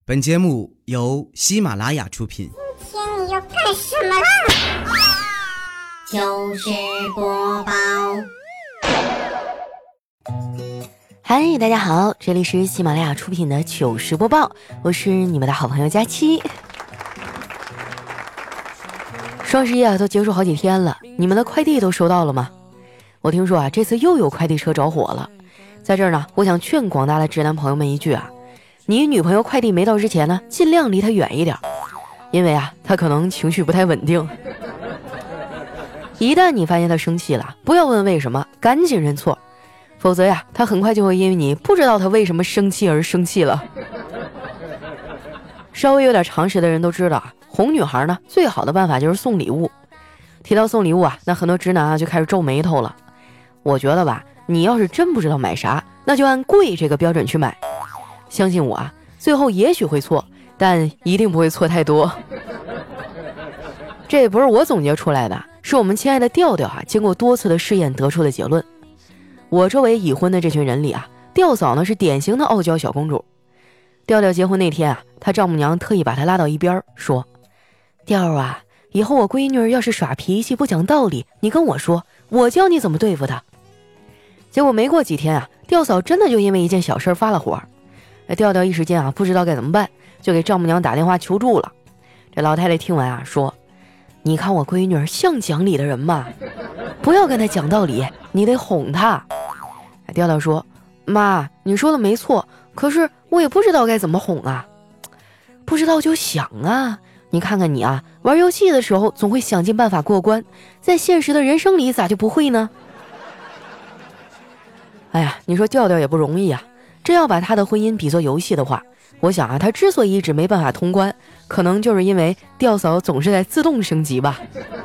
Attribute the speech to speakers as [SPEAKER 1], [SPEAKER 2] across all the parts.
[SPEAKER 1] 本节目由喜马拉雅出品。
[SPEAKER 2] 今天你要干什么啦？
[SPEAKER 3] 糗事播报。
[SPEAKER 4] 嗨，大家好，这里是喜马拉雅出品的糗事播报，我是你们的好朋友佳期。双十一啊，都结束好几天了，你们的快递都收到了吗？我听说啊，这次又有快递车着火了。在这儿呢，我想劝广大的直男朋友们一句啊，你女朋友快递没到之前呢，尽量离她远一点，因为啊，她可能情绪不太稳定。一旦你发现她生气了，不要问为什么，赶紧认错，否则呀，她很快就会因为你不知道她为什么生气而生气了。稍微有点常识的人都知道啊，哄女孩呢，最好的办法就是送礼物。提到送礼物啊，那很多直男啊就开始皱眉头了。我觉得吧，你要是真不知道买啥，那就按贵这个标准去买。相信我啊，最后也许会错，但一定不会错太多。这不是我总结出来的，是我们亲爱的调调啊，经过多次的试验得出的结论。我周围已婚的这群人里啊，调嫂呢是典型的傲娇小公主。调调结婚那天啊，她丈母娘特意把她拉到一边说：调啊，以后我闺女要是耍脾气不讲道理，你跟我说，我教你怎么对付她。结果没过几天啊，调嫂真的就因为一件小事发了火。调调一时间啊不知道该怎么办，就给丈母娘打电话求助了。这老太太听完啊说：你看我闺女像讲理的人吗？不要跟她讲道理，你得哄她。调调说：妈，你说的没错，可是我也不知道该怎么哄啊。不知道就想啊，你看看你啊，玩游戏的时候总会想尽办法过关，在现实的人生里咋就不会呢？哎呀，你说调调也不容易啊，真要把他的婚姻比作游戏的话，我想啊，他之所以一直没办法通关，可能就是因为调嫂总是在自动升级吧。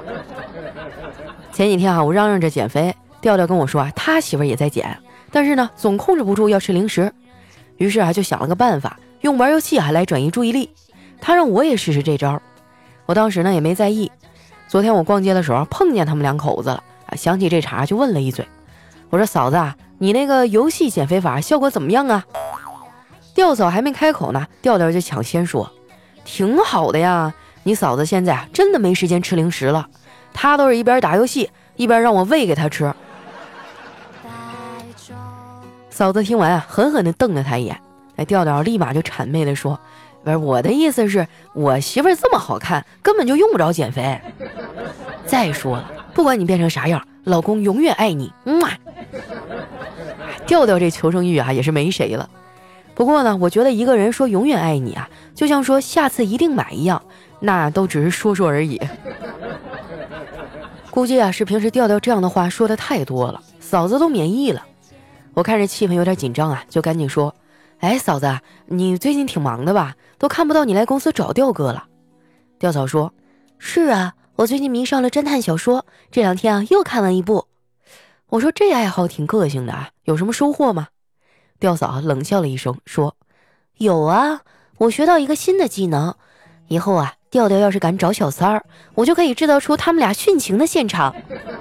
[SPEAKER 4] 前几天啊，我嚷嚷着减肥，调调跟我说啊，他媳妇儿也在减，但是呢，总控制不住要吃零食，于是啊，就想了个办法，用玩游戏啊来转移注意力。他让我也试试这招，我当时呢也没在意。昨天我逛街的时候碰见他们两口子了啊，想起这茬就问了一嘴，我说嫂子啊，你那个游戏减肥法效果怎么样啊？调嫂还没开口呢，调调就抢先说：挺好的呀，你嫂子现在啊真的没时间吃零食了，她都是一边打游戏一边让我喂给她吃。嫂子听完啊，狠狠地瞪了他一眼。调调立马就谄媚地说：不是，我的意思是，我媳妇儿这么好看，根本就用不着减肥。再说了，不管你变成啥样，老公永远爱你。调调这求生欲啊，也是没谁了。不过呢，我觉得一个人说永远爱你啊，就像说下次一定买一样，那都只是说说而已。估计啊，是平时调调这样的话说的太多了，嫂子都免疫了。我看着气氛有点紧张啊，就赶紧说：哎，嫂子，你最近挺忙的吧？都看不到你来公司找调哥了。调嫂说：是啊，我最近迷上了侦探小说，这2天啊又看完一部。我说这爱好挺个性的啊，有什么收获吗？调嫂冷笑了一声说：有啊，我学到一个新的技能，以后啊调调要是敢找小三儿，我就可以制造出他们俩殉情的现场。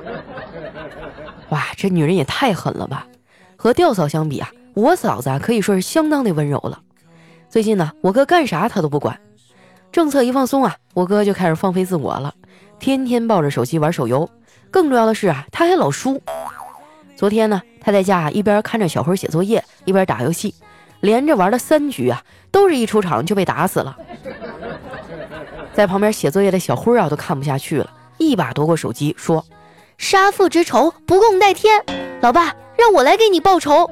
[SPEAKER 4] 哇，这女人也太狠了吧！和调嫂相比啊，我嫂子啊可以说是相当的温柔了。最近呢，我哥干啥他都不管，政策一放松啊，我哥就开始放飞自我了，天天抱着手机玩手游。更重要的是啊，他还老输。昨天呢，他在家一边看着小辉写作业，一边打游戏，连着玩了3局啊，都是一出场就被打死了。在旁边写作业的小辉啊，都看不下去了，一把夺过手机说：杀父之仇，不共戴天，老爸，让我来给你报仇。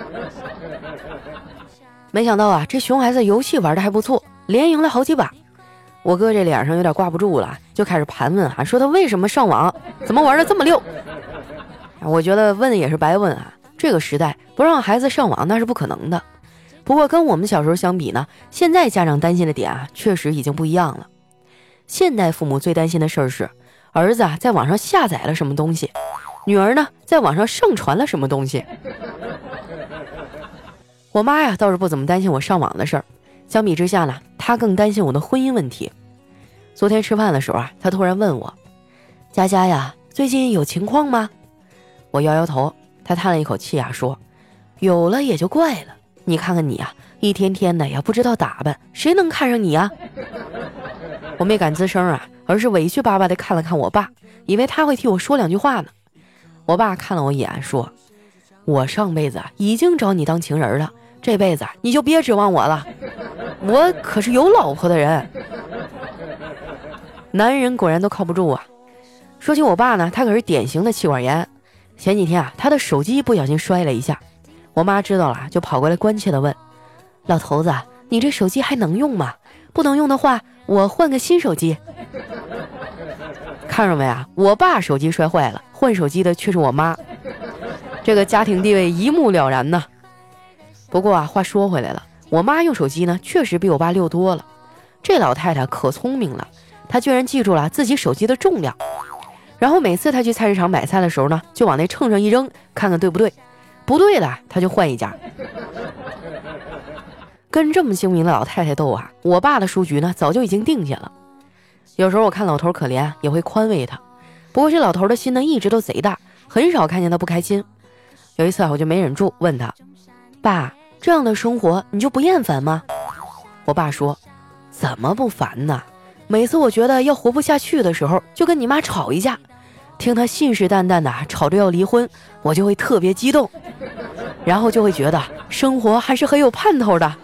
[SPEAKER 4] 没想到啊，这熊孩子游戏玩的还不错，连赢了好几把。我哥这脸上有点挂不住了，就开始盘问啊，说他为什么上网，怎么玩的这么溜。我觉得问也是白问啊，这个时代不让孩子上网那是不可能的。不过跟我们小时候相比呢，现在家长担心的点啊，确实已经不一样了。现代父母最担心的事儿是，儿子啊在网上下载了什么东西，女儿呢在网上上传了什么东西。我妈呀倒是不怎么担心我上网的事儿，相比之下呢，她更担心我的婚姻问题。昨天吃饭的时候啊，她突然问我：佳佳呀，最近有情况吗？我摇摇头，她叹了一口气啊，说：有了也就怪了， 你看看你啊，一天天的也不知道打扮，谁能看上你啊？我没敢吱声啊，而是委屈巴巴地看了看我爸，以为他会替我说2句话呢。我爸看了我一眼说，我上辈子已经找你当情人了，这辈子你就别指望我了，我可是有老婆的人。男人果然都靠不住啊。说起我爸呢，他可是典型的气管炎。前几天啊，他的手机不小心摔了一下，我妈知道了就跑过来关切地问，老头子，你这手机还能用吗？不能用的话，我换个新手机。看着没啊，我爸手机摔坏了，换手机的却是我妈，这个家庭地位一目了然呢。不过啊，话说回来了，我妈用手机呢确实比我爸溜多了。这老太太可聪明了，她居然记住了自己手机的重量，然后每次她去菜市场买菜的时候呢，就往那秤上一扔，看看对不对，不对了她就换一家。跟这么精明的老太太斗啊，我爸的书局呢早就已经定下了。有时候我看老头可怜，也会宽慰他，不过这老头的心呢一直都贼大，很少看见他不开心。有一次我就没忍住问他，爸，这样的生活你就不厌烦吗？我爸说，怎么不烦呢？每次我觉得要活不下去的时候，就跟你妈吵一架，听她信誓旦旦的吵着要离婚，我就会特别激动，然后就会觉得生活还是很有盼头的。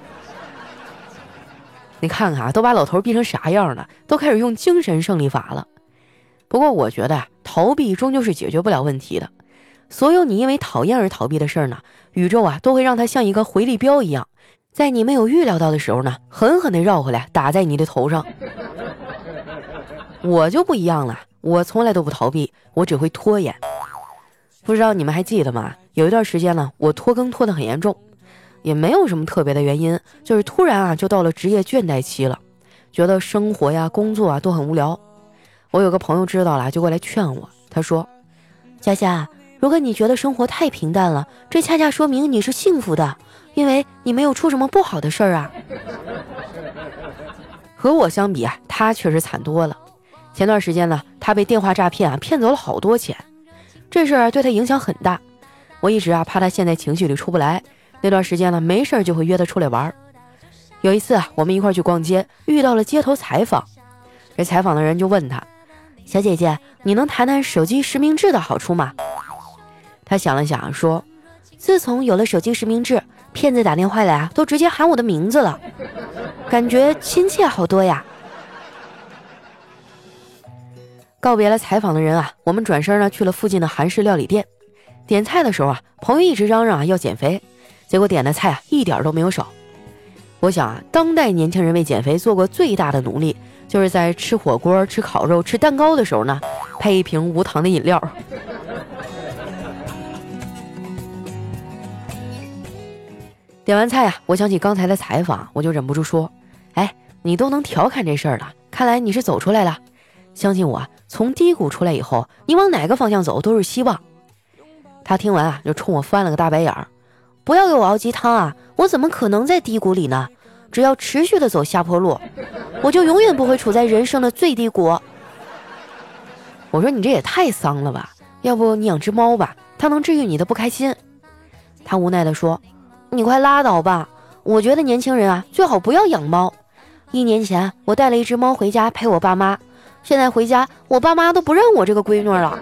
[SPEAKER 4] 你看看啊，都把老头逼成啥样了，都开始用精神胜利法了。不过我觉得逃避终究是解决不了问题的。所有你因为讨厌而逃避的事儿呢，宇宙啊都会让它像一个回力镖一样，在你没有预料到的时候呢，狠狠地绕回来打在你的头上。我就不一样了，我从来都不逃避，我只会拖延。不知道你们还记得吗？有一段时间呢，我拖更拖得很严重，也没有什么特别的原因，就是突然啊就到了职业倦怠期了，觉得生活呀工作啊都很无聊。我有个朋友知道了就过来劝我，他说，佳佳，如果你觉得生活太平淡了，这恰恰说明你是幸福的，因为你没有出什么不好的事儿啊。和我相比啊，他确实惨多了。前段时间呢，他被电话诈骗啊骗走了好多钱，这事儿对他影响很大。我一直啊怕他现在情绪里出不来，那段时间呢没事就会约他出来玩。有一次啊，我们一块去逛街，遇到了街头采访，这采访的人就问他，小姐姐，你能谈谈手机实名制的好处吗？他想了想说，自从有了手机实名制，骗子打电话来啊都直接喊我的名字了，感觉亲切好多呀。告别了采访的人啊，我们转身呢去了附近的韩式料理店。点菜的时候啊，朋友一直嚷嚷啊要减肥，结果点的菜啊一点都没有少。我想啊，当代年轻人为减肥做过最大的努力，就是在吃火锅、吃烤肉、吃蛋糕的时候呢，配一瓶无糖的饮料。点完菜啊，我想起刚才的采访，我就忍不住说，哎，你都能调侃这事儿了，看来你是走出来了。相信我，从低谷出来以后，你往哪个方向走都是希望。他听完啊，就冲我翻了个大白眼儿，不要给我熬鸡汤啊，我怎么可能在低谷里呢？只要持续的走下坡路，我就永远不会处在人生的最低谷。我说你这也太丧了吧，要不你养只猫吧，它能治愈你的不开心。他无奈的说，你快拉倒吧，我觉得年轻人啊最好不要养猫。1年前我带了一只猫回家陪我爸妈，现在回家我爸妈都不认我这个闺女了。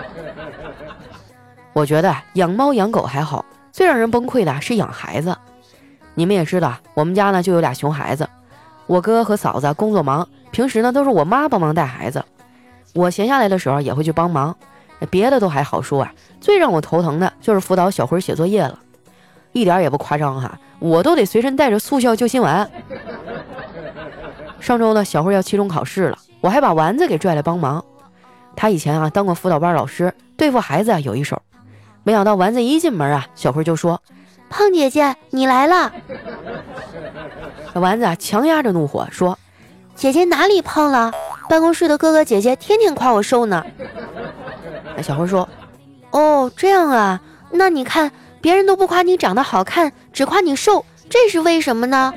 [SPEAKER 4] 我觉得养猫养狗还好，最让人崩溃的是养孩子。你们也知道，我们家呢就有俩熊孩子，我哥和嫂子工作忙，平时呢都是我妈帮忙带孩子，我闲下来的时候也会去帮忙，别的都还好说啊，最让我头疼的就是辅导小辉写作业了，一点也不夸张哈，我都得随身带着速效救心丸。上周呢，小辉要期中考试了，我还把丸子给拽来帮忙。他以前啊当过辅导班老师，对付孩子啊有一手。没想到丸子一进门啊，小辉就说，胖姐姐你来了。丸子啊强压着怒火说，姐姐哪里胖了，办公室的哥哥姐姐天天夸我瘦呢。小辉说，哦这样啊，那你看别人都不夸你长得好看，只夸你瘦，这是为什么呢？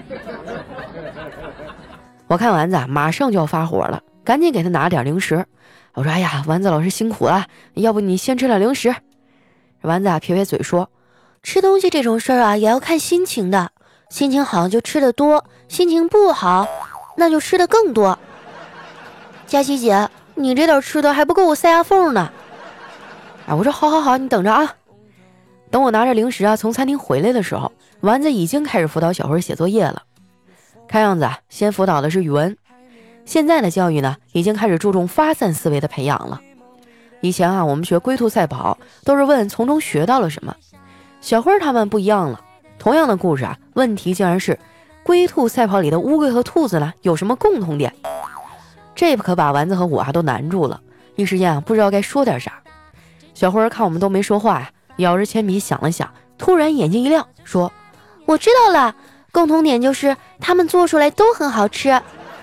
[SPEAKER 4] 我看丸子啊马上就要发火了，赶紧给他拿点零食。我说，哎呀，丸子老师辛苦了，要不你先吃点零食。丸子啊撇撇嘴说，
[SPEAKER 5] 吃东西这种事儿啊，也要看心情的，心情好就吃得多，心情不好那就吃得更多。佳琪姐，你这点吃的还不够我塞牙缝呢。
[SPEAKER 4] 我说好，你等着啊。等我拿着零食啊从餐厅回来的时候，丸子已经开始辅导小辉写作业了。看样子啊，先辅导的是语文。现在的教育呢，已经开始注重发散思维的培养了。以前啊，我们学龟兔赛跑都是问从中学到了什么，小辉他们不一样了。同样的故事啊，问题竟然是龟兔赛跑里的乌龟和兔子呢有什么共同点？这可把丸子和我都难住了，一时间啊不知道该说点啥。小辉看我们都没说话呀，咬着铅笔想了想，突然眼睛一亮，说：“
[SPEAKER 5] 我知道了，共同点就是他们做出来都很好吃。”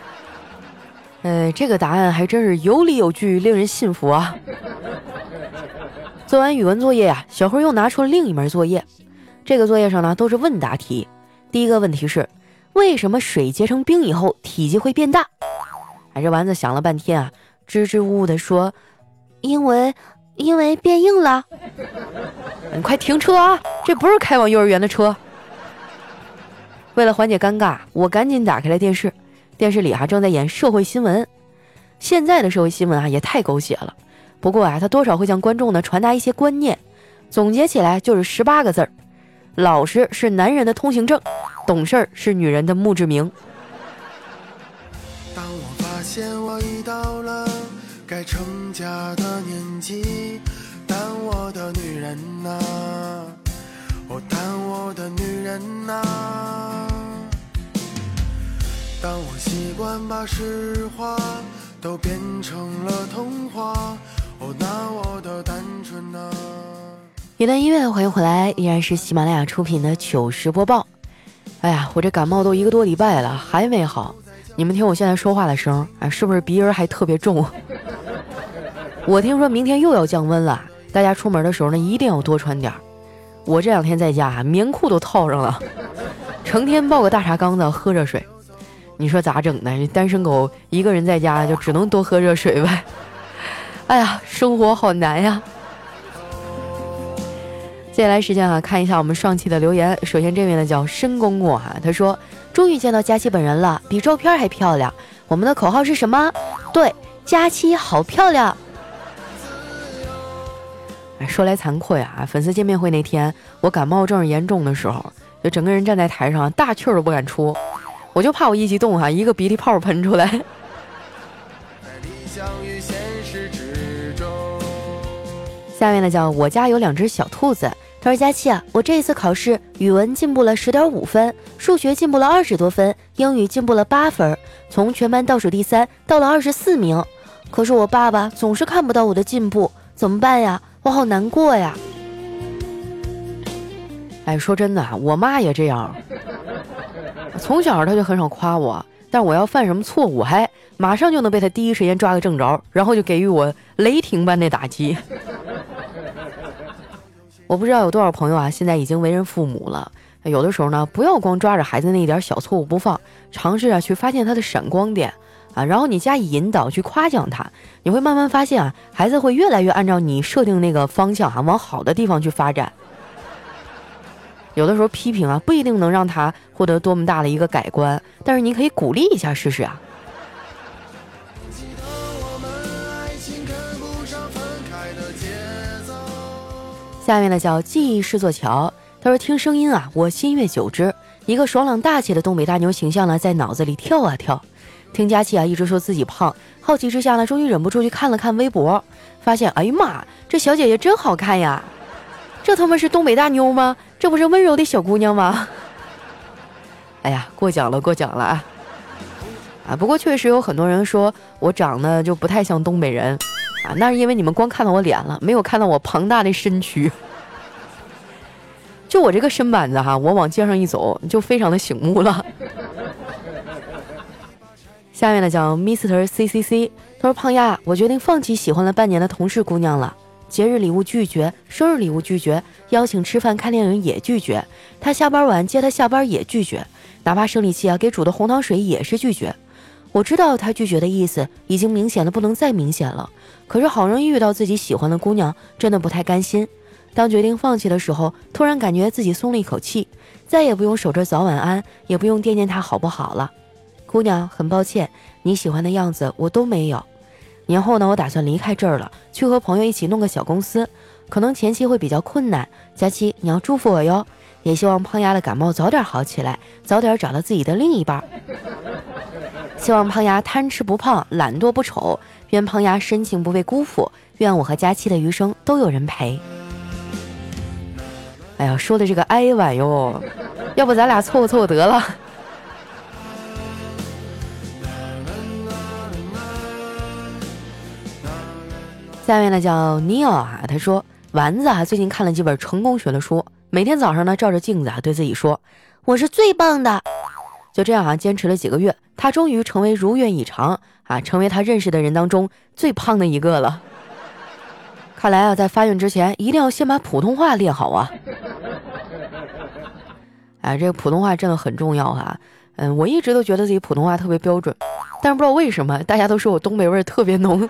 [SPEAKER 4] 这个答案还真是有理有据，令人信服啊。做完语文作业啊，小辉又拿出了另一门作业。这个作业上呢都是问答题。第一个问题是：为什么水结成冰以后体积会变大？这丸子想了半天啊，支支吾吾地说：“
[SPEAKER 5] 因为变硬了。”
[SPEAKER 4] 你快停车啊！这不是开往幼儿园的车。为了缓解尴尬，我赶紧打开了电视。电视里啊正在演社会新闻。现在的社会新闻啊也太狗血了。不过啊，它多少会向观众呢传达一些观念。总结起来就是18个字儿：老实是男人的通行证，懂事是女人的墓志铭。
[SPEAKER 6] 当我发现我已到了该成家的年纪，但我的女人啊，但我的女人啊，当我习惯把实话都变成了童话，那我的单纯啊。
[SPEAKER 4] 一段音乐，欢迎回来，依然是喜马拉雅出品的糗事播报。哎呀，我这感冒都1个多礼拜了，还没好。你们听我现在说话的声啊，是不是鼻音还特别重？我听说明天又要降温了，大家出门的时候呢，一定要多穿点。我这2天在家棉裤都套上了，成天抱个大茶缸子喝热水。你说咋整呢？单身狗一个人在家就只能多喝热水呗。哎呀，生活好难呀。接下来时间看一下我们上期的留言。首先这位呢叫申公公他说终于见到佳期本人了，比照片还漂亮。我们的口号是什么？对，佳期好漂亮。说来惭愧粉丝见面会那天我感冒正是严重的时候，就整个人站在台上大气都不敢出，我就怕我一激动一个鼻涕泡喷出来。下面呢叫我家有2只小兔子。他说佳期我这一次考试语文进步了10.5分，数学进步了20多分，英语进步了8分，从全班倒数第3到了24名。可是我爸爸总是看不到我的进步，怎么办呀？我好难过呀。说真的我妈也这样，从小她就很少夸我，但是我要犯什么错误马上就能被她第一时间抓个正着，然后就给予我雷霆般的打击。我不知道有多少朋友现在已经为人父母了，有的时候呢不要光抓着孩子那一点小错误不放，尝试去发现他的闪光点然后你加以引导去夸奖他，你会慢慢发现孩子会越来越按照你设定那个方向往好的地方去发展。有的时候批评不一定能让他获得多么大的一个改观，但是你可以鼓励一下试试下面呢叫记忆是座桥。他说听声音我心悦久之，一个爽朗大气的东北大妞形象呢在脑子里跳啊跳。听佳期一直说自己胖，好奇之下呢终于忍不住去看了看微博，发现哎呀妈，这小姐姐真好看呀，这他妈是东北大妞吗？这不是温柔的小姑娘吗？哎呀，过奖了不过确实有很多人说我长得就不太像东北人那是因为你们光看到我脸了，没有看到我庞大的身躯。就我这个身板子我往街上一走就非常的醒目了。下面呢叫 Mr. CCC。 他说胖丫，我决定放弃喜欢了半年的同事姑娘了，节日礼物拒绝，生日礼物拒绝，邀请吃饭看电影也拒绝，他下班晚接他下班也拒绝，哪怕生理期给煮的红糖水也是拒绝。我知道他拒绝的意思已经明显的不能再明显了，可是好容易遇到自己喜欢的姑娘，真的不太甘心。 当决定放弃的时候，突然感觉自己松了一口气，再也不用守着早晚安，也不用惦念他好不好了。姑娘，很抱歉，你喜欢的样子我都没有。年后呢，我打算离开这儿了，去和朋友一起弄个小公司，可能前期会比较困难，佳期你要祝福我哟。也希望胖丫的感冒早点好起来，早点找到自己的另一半。希望胖丫贪吃不胖，懒惰不丑，愿胖丫深情不被辜负，愿我和佳期的余生都有人陪。哎呀，说的这个哀婉哟，要不咱俩凑合凑合得了。下面呢叫尼奥啊，他说丸子啊最近看了几本成功学的书，每天早上呢照着镜子啊对自己说我是最棒的。就这样啊坚持了几个月，他终于成为如愿以偿啊，成为他认识的人当中最胖的一个了。看来啊在发育之前一定要先把普通话练好啊。啊，这个普通话真的很重要哈。我一直都觉得自己普通话特别标准，但是不知道为什么大家都说我东北味特别浓。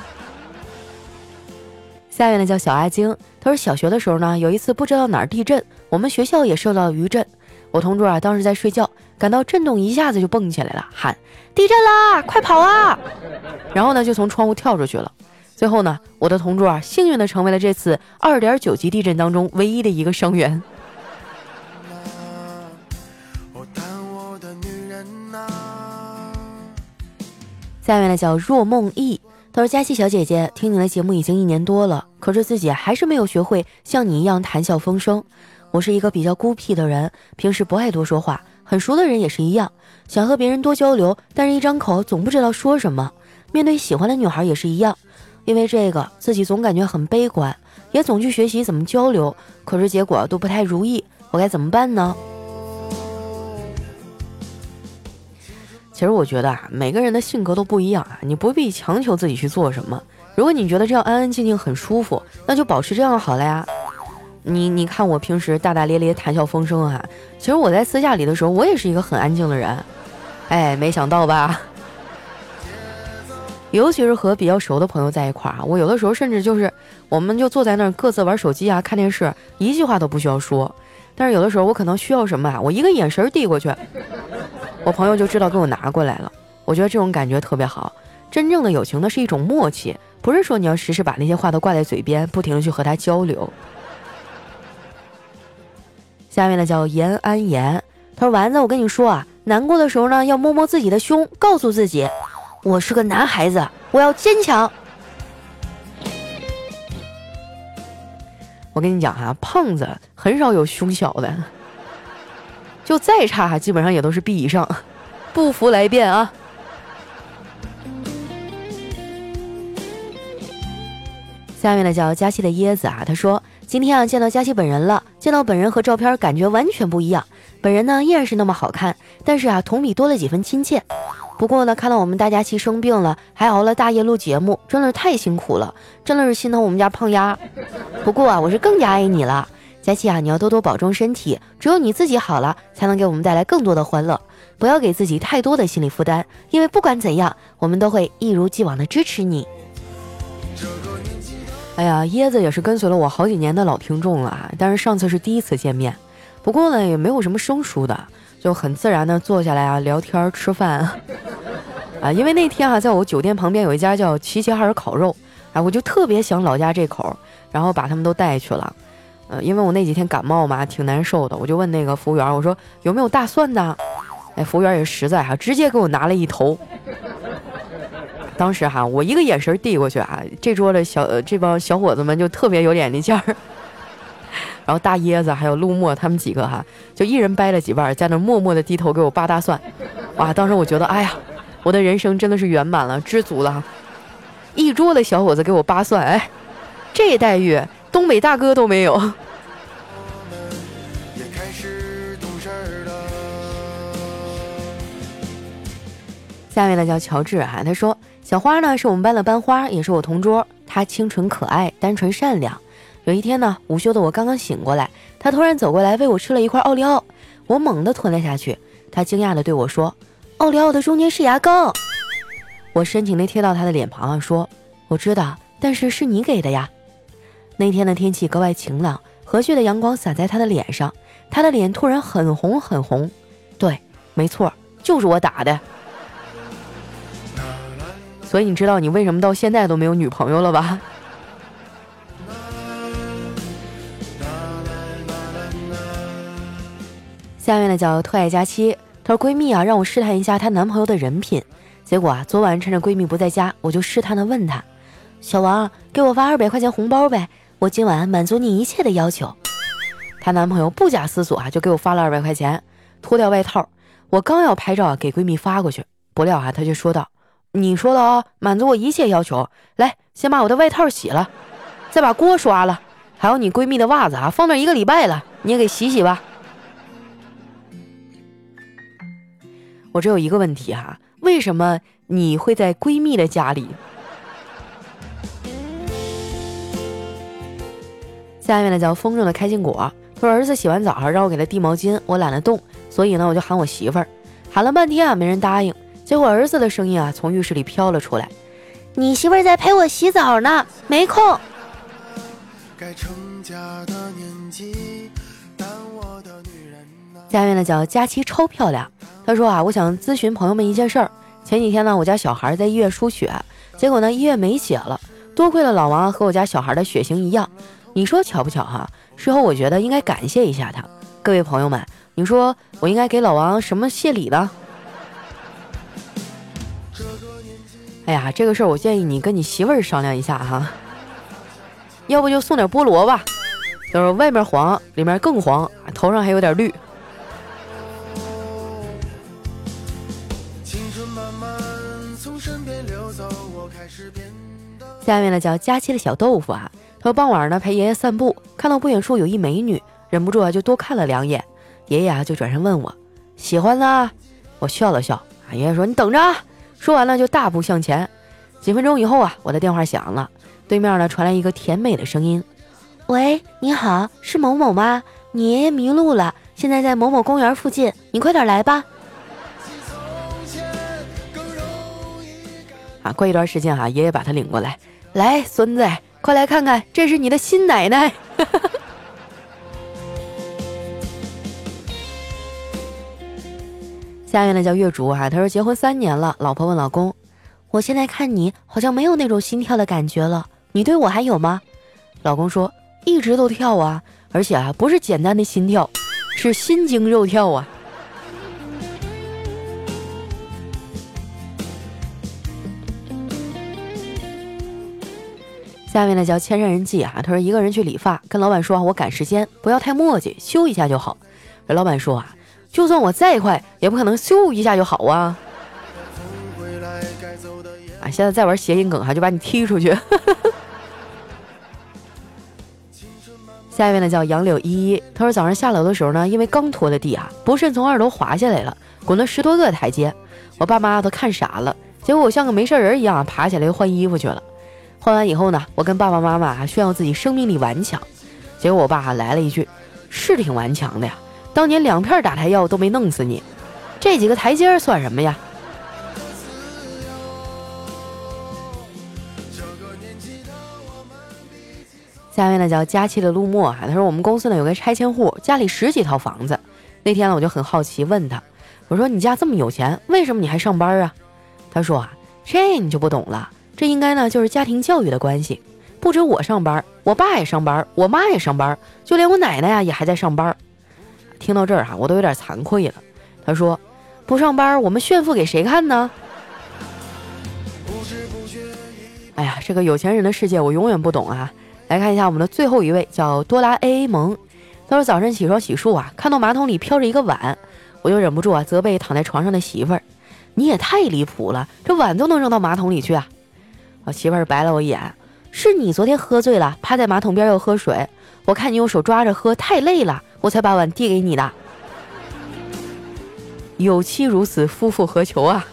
[SPEAKER 4] 下面呢叫小阿晶，他说小学的时候呢，有一次不知道哪儿地震，我们学校也受到余震。我同桌啊当时在睡觉，感到震动一下子就蹦起来了，喊地震啦，快跑啊！然后呢就从窗户跳出去了。最后呢，我的同桌啊幸运的成为了这次2.9级地震当中唯一的一个伤员。下面呢叫若梦忆，他说佳琪小姐姐，听你的节目已经1年多了，可是自己还是没有学会像你一样谈笑风生。我是一个比较孤僻的人，平时不爱多说话，很熟的人也是一样，想和别人多交流，但是一张口总不知道说什么。面对喜欢的女孩也是一样，因为这个自己总感觉很悲观，也总去学习怎么交流，可是结果都不太如意，我该怎么办呢？其实我觉得啊，每个人的性格都不一样啊，你不必强求自己去做什么。如果你觉得这样安安静静很舒服，那就保持这样好了呀。你看我平时大大咧咧谈笑风生啊，其实我在私下里的时候我也是一个很安静的人。哎，没想到吧？尤其是和比较熟的朋友在一块儿啊，我有的时候甚至就是我们就坐在那儿各自玩手机啊，看电视，一句话都不需要说。但是有的时候我可能需要什么啊，我一个眼神递过去，我朋友就知道给我拿过来了。我觉得这种感觉特别好。真正的友情呢是一种默契，不是说你要时时把那些话都挂在嘴边，不停的去和他交流。下面呢叫延安言，他说丸子，我跟你说啊，难过的时候呢要摸摸自己的胸，告诉自己我是个男孩子，我要坚强。我跟你讲哈，胖子很少有胸小的，就再差基本上也都是 B 以上，不服来辩啊。下面呢叫佳期的椰子啊，他说今天啊见到佳期本人了，见到本人和照片感觉完全不一样，本人呢依然是那么好看，但是啊同比多了几分亲切。不过呢看到我们大佳期生病了，还熬了大夜录节目，真的是太辛苦了，真的是心疼我们家胖丫。不过啊我是更加爱你了，佳期啊你要多多保重身体，只有你自己好了才能给我们带来更多的欢乐，不要给自己太多的心理负担，因为不管怎样我们都会一如既往的支持你。哎呀，椰子也是跟随了我好几年的老听众了啊，但是上次是第一次见面，不过呢也没有什么生疏的，就很自然的坐下来啊聊天吃饭啊，因为那天啊在我酒店旁边有一家叫齐齐哈尔烤肉啊，我就特别想老家这口，然后把他们都带去了。因为我那几天感冒嘛，挺难受的，我就问那个服务员，我说有没有大蒜的？哎，服务员也实在哈，直接给我拿了一头。当时哈，我一个眼神递过去啊，这桌的这帮小伙子们就特别有眼力劲儿。然后大椰子还有陆墨他们几个哈，就一人掰了几瓣，在那默默的低头给我扒大蒜。哇，当时我觉得，哎呀，我的人生真的是圆满了，知足了。一桌的小伙子给我扒蒜，哎，这待遇东北大哥都没有。下面呢叫乔治啊，他说小花呢是我们班的班花，也是我同桌，她清纯可爱，单纯善良。有一天呢，午休的我刚刚醒过来，她突然走过来喂我吃了一块奥利奥，我猛地吞了下去。她惊讶地对我说：“奥利奥的中间是牙膏。”我深情地贴到她的脸庞啊，说：“我知道，但是是你给的呀。” 那天的天气格外晴朗，和煦的阳光洒在她的脸上，她的脸突然很红很红。对，没错，就是我打的。所以你知道你为什么到现在都没有女朋友了吧？下面呢叫特爱佳期，她说闺蜜啊让我试探一下她男朋友的人品，结果啊昨晚趁着闺蜜不在家，我就试探的问她，小王给我发200块钱红包呗，我今晚满足你一切的要求。她男朋友不假思索啊就给我发了200块钱，脱掉外套，我刚要拍照啊给闺蜜发过去，不料啊她就说道，你说的哦，满足我一切要求，来先把我的外套洗了，再把锅刷了，还有你闺蜜的袜子啊放那1个礼拜了，你也给洗洗吧。我只有一个问题哈，为什么你会在闺蜜的家里？下面呢叫风筝的开心果，他说儿子洗完澡让我给他递毛巾，我懒得动，所以呢我就喊我媳妇儿，喊了半天啊没人答应，结果儿子的声音啊从浴室里飘了出来，
[SPEAKER 5] 你媳妇儿在陪我洗澡呢，没空。
[SPEAKER 6] 该成家的年纪，但我的女人啊。
[SPEAKER 4] 下面呢叫佳期超漂亮，他说啊我想咨询朋友们一件事儿，前几天呢我家小孩在医院输血，结果呢医院没血了，多亏了老王和我家小孩的血型一样，你说巧不巧哈？事后我觉得应该感谢一下他。各位朋友们，你说我应该给老王什么谢礼呢？哎呀，这个事儿我建议你跟你媳妇儿商量一下哈，要不就送点菠萝吧，就是外面黄，里面更黄，头上还有点绿。下面呢叫佳期的小豆腐啊，他说傍晚呢陪爷爷散步，看到不远处有一美女，忍不住啊就多看了2眼，爷爷啊就转身问我喜欢啦，我笑了笑，爷爷说你等着啊，说完了就大步向前。几分钟以后啊，我的电话响了，对面呢传来一个甜美的声音，
[SPEAKER 5] 喂，你好，是某某吗？你爷爷迷路了，现在在某某公园附近，你快点来吧。啊，过一段时间啊，爷爷把他领过来，来，孙子，快来看看，这是你的新奶奶。
[SPEAKER 4] 下面呢叫月竹啊，他说结婚3年了，老婆问老公，
[SPEAKER 5] 我现在看你好像没有那种心跳的感觉了，你对我还有吗？
[SPEAKER 4] 老公说一直都跳啊，而且啊不是简单的心跳，是心惊肉跳啊。下面呢叫千山人迹啊，他说一个人去理发，跟老板说我赶时间，不要太磨叽，修一下就好。而老板说啊，就算我再快，也不可能修一下就好啊。啊，现在再玩谐音梗就把你踢出去。下一位呢叫杨柳依依，他说早上下楼的时候呢，因为刚拖的地啊，不慎从2楼滑下来了，滚了10多个台阶，我爸妈都看傻了，结果我像个没事人一样爬起来换衣服去了。换完以后呢，我跟爸爸妈妈炫耀自己生命力顽强，结果我爸来了一句，是挺顽强的呀，当年2片打胎药都没弄死你，这几个台阶算什么呀？下面呢叫佳期的陆墨他说我们公司呢有个拆迁户，家里10几套房子，那天呢我就很好奇问他，我说你家这么有钱，为什么你还上班啊？他说啊，这你就不懂了，这应该呢就是家庭教育的关系，不止我上班，我爸也上班，我妈也上班，就连我奶奶呀也还在上班。听到这儿我都有点惭愧了。他说不上班我们炫富给谁看呢？哎呀，这个有钱人的世界我永远不懂啊。来看一下我们的最后一位，叫多拉 AA 萌。他说早晨起床洗漱看到马桶里飘着一个碗，我就忍不住责备躺在床上的媳妇儿，你也太离谱了，这碗都能扔到马桶里去啊！我媳妇儿白了我一眼，是你昨天喝醉了，趴在马桶边又喝水，我看你用手抓着喝太累了，我才把碗递给你的。有妻如此，夫复何求啊！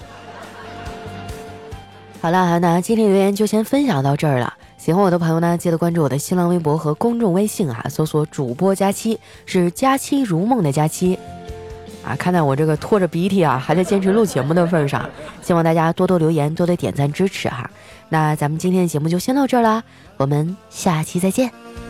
[SPEAKER 4] 好了，那今天留言就先分享到这儿了。喜欢我的朋友呢，记得关注我的新浪微博和公众微信搜索主播佳期，是佳期如梦的佳期。 啊，看在我这个拖着鼻涕啊还在坚持录节目的份上，希望大家多多留言，多多点赞支持哈。那咱们今天的节目就先到这儿啦，我们下期再见。